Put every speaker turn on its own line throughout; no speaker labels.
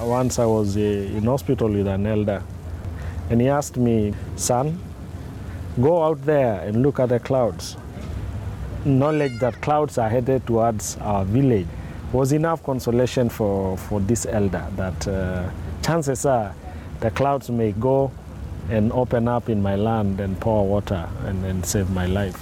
Once I was in hospital with an elder, and he asked me, "Son, go out there and look at the clouds." Knowledge that clouds are headed towards our village was enough consolation for this elder, that chances are the clouds may go and open up in my land and pour water and save my life.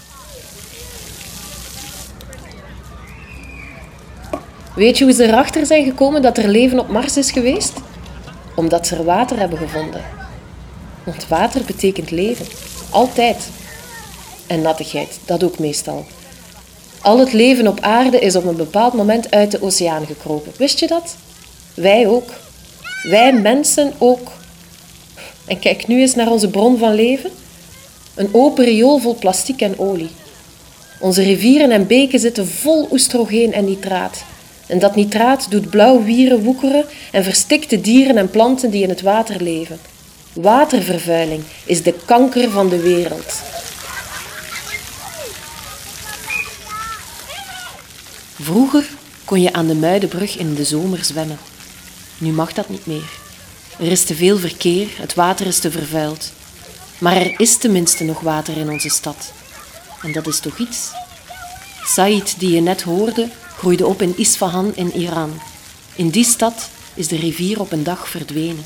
Weet je hoe ze erachter zijn gekomen dat er leven op Mars is geweest? Omdat ze er water hebben gevonden. Want water betekent leven. Altijd. En nattigheid, dat ook meestal. Al het leven op aarde is op een bepaald moment uit de oceaan gekropen. Wist je dat? Wij ook. Wij mensen ook. En kijk nu eens naar onze bron van leven. Een open riool vol plastic en olie. Onze rivieren en beken zitten vol oestrogeen en nitraat. En dat nitraat doet blauwwieren woekeren en verstikt de dieren en planten die in het water leven. Watervervuiling is de kanker van de wereld. Vroeger kon je aan de Muidenbrug in de zomer zwemmen. Nu mag dat niet meer. Er is te veel verkeer, het water is te vervuild. Maar er is tenminste nog water in onze stad. En dat is toch iets? Said, die je net hoorde, groeide op in Isfahan in Iran. In die stad is de rivier op een dag verdwenen.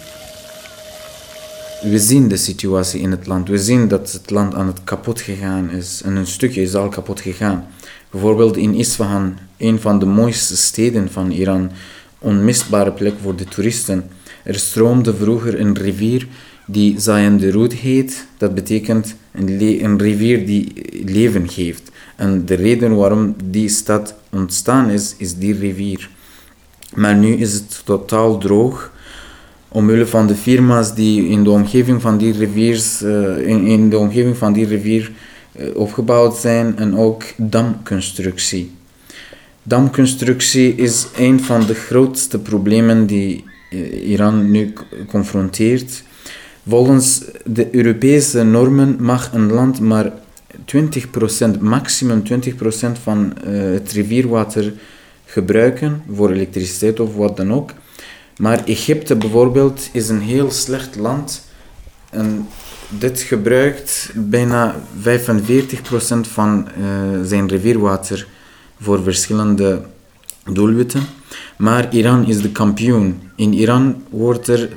We zien de situatie in het land. We zien dat het land aan het kapot gegaan is. En een stukje is al kapot gegaan. Bijvoorbeeld in Isfahan, een van de mooiste steden van Iran. Onmisbare plek voor de toeristen. Er stroomde vroeger een rivier die Zayanderud heet. Dat betekent een rivier die leven geeft. En de reden waarom die stad ontstaan is die rivier. Maar nu is het totaal droog. Omwille van de firma's die in de omgeving van die rivier opgebouwd zijn en ook damconstructie. Damconstructie is een van de grootste problemen die Iran nu confronteert. Volgens de Europese normen mag een land maar 20%, maximum 20% van het rivierwater gebruiken voor elektriciteit of wat dan ook. Maar Egypte bijvoorbeeld is een heel slecht land en dit gebruikt bijna 45% van zijn rivierwater voor verschillende doelwitten. Maar Iran is de kampioen. In Iran wordt er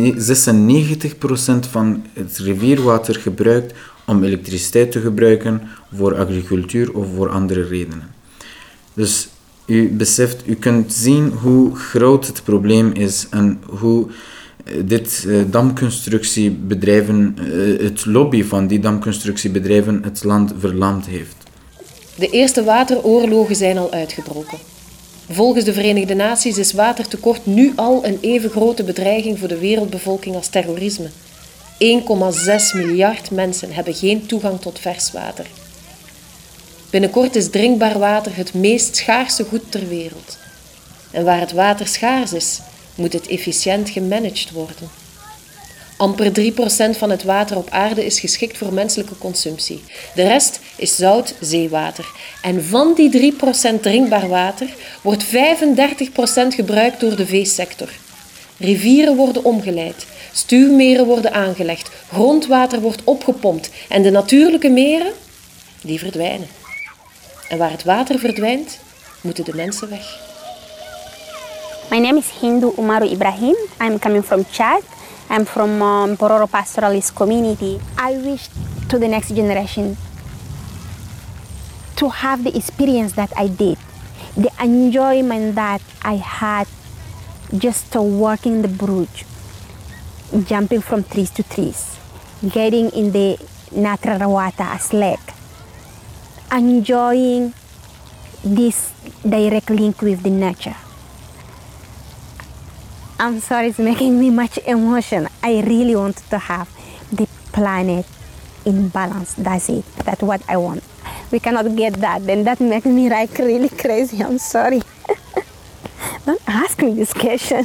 96% van het rivierwater gebruikt om elektriciteit te gebruiken voor agricultuur of voor andere redenen. Dus u beseft, u kunt zien hoe groot het probleem is en hoe dit damconstructiebedrijven, het lobby van die damconstructiebedrijven het land verlamd heeft.
De eerste wateroorlogen zijn al uitgebroken. Volgens de Verenigde Naties is watertekort nu al een even grote bedreiging voor de wereldbevolking als terrorisme. 1,6 miljard mensen hebben geen toegang tot vers water. Binnenkort is drinkbaar water het meest schaarse goed ter wereld. En waar het water schaars is, moet het efficiënt gemanaged worden. Amper 3% van het water op aarde is geschikt voor menselijke consumptie. De rest is zout zeewater. En van die 3% drinkbaar water wordt 35% gebruikt door de veesector. Rivieren worden omgeleid, stuwmeren worden aangelegd, grondwater wordt opgepompt en de natuurlijke meren, die verdwijnen. En waar het water verdwijnt, moeten de mensen weg.
My name is Hindu Umaru Ibrahim. I'm coming from Chad. I'm from Bororo Pastoralist community. I wish to the next generation to have the experience that I did, the enjoyment that I had just working the bridge, jumping from trees to trees, getting in the natural water as lake, enjoying this direct link with the nature. I'm sorry, it's making me much emotion. I really want to have the planet in balance. That's it. That's what I want. We cannot get that, then that makes me like really crazy. I'm sorry. Don't ask me this question.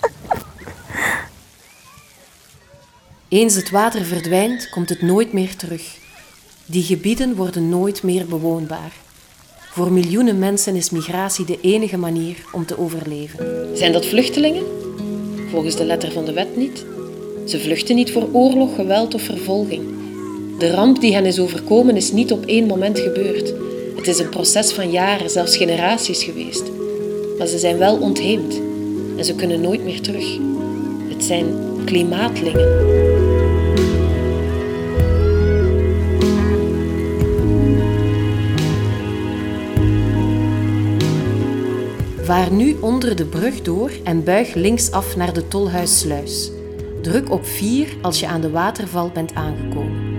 Eens het water verdwijnt, komt het nooit meer terug. Die gebieden worden nooit meer bewoonbaar. Voor miljoenen mensen is migratie de enige manier om te overleven. Zijn dat vluchtelingen? volgens de letter van de wet niet. Ze vluchten niet voor oorlog, geweld of vervolging. De ramp die hen is overkomen is niet op 1 moment gebeurd. Het is een proces van jaren, zelfs generaties geweest. Maar ze zijn wel ontheemd en ze kunnen nooit meer terug. Het zijn klimaatlingen. Vaar nu onder de brug door en buig linksaf naar de Tolhuissluis. Druk op 4 als je aan de waterval bent aangekomen.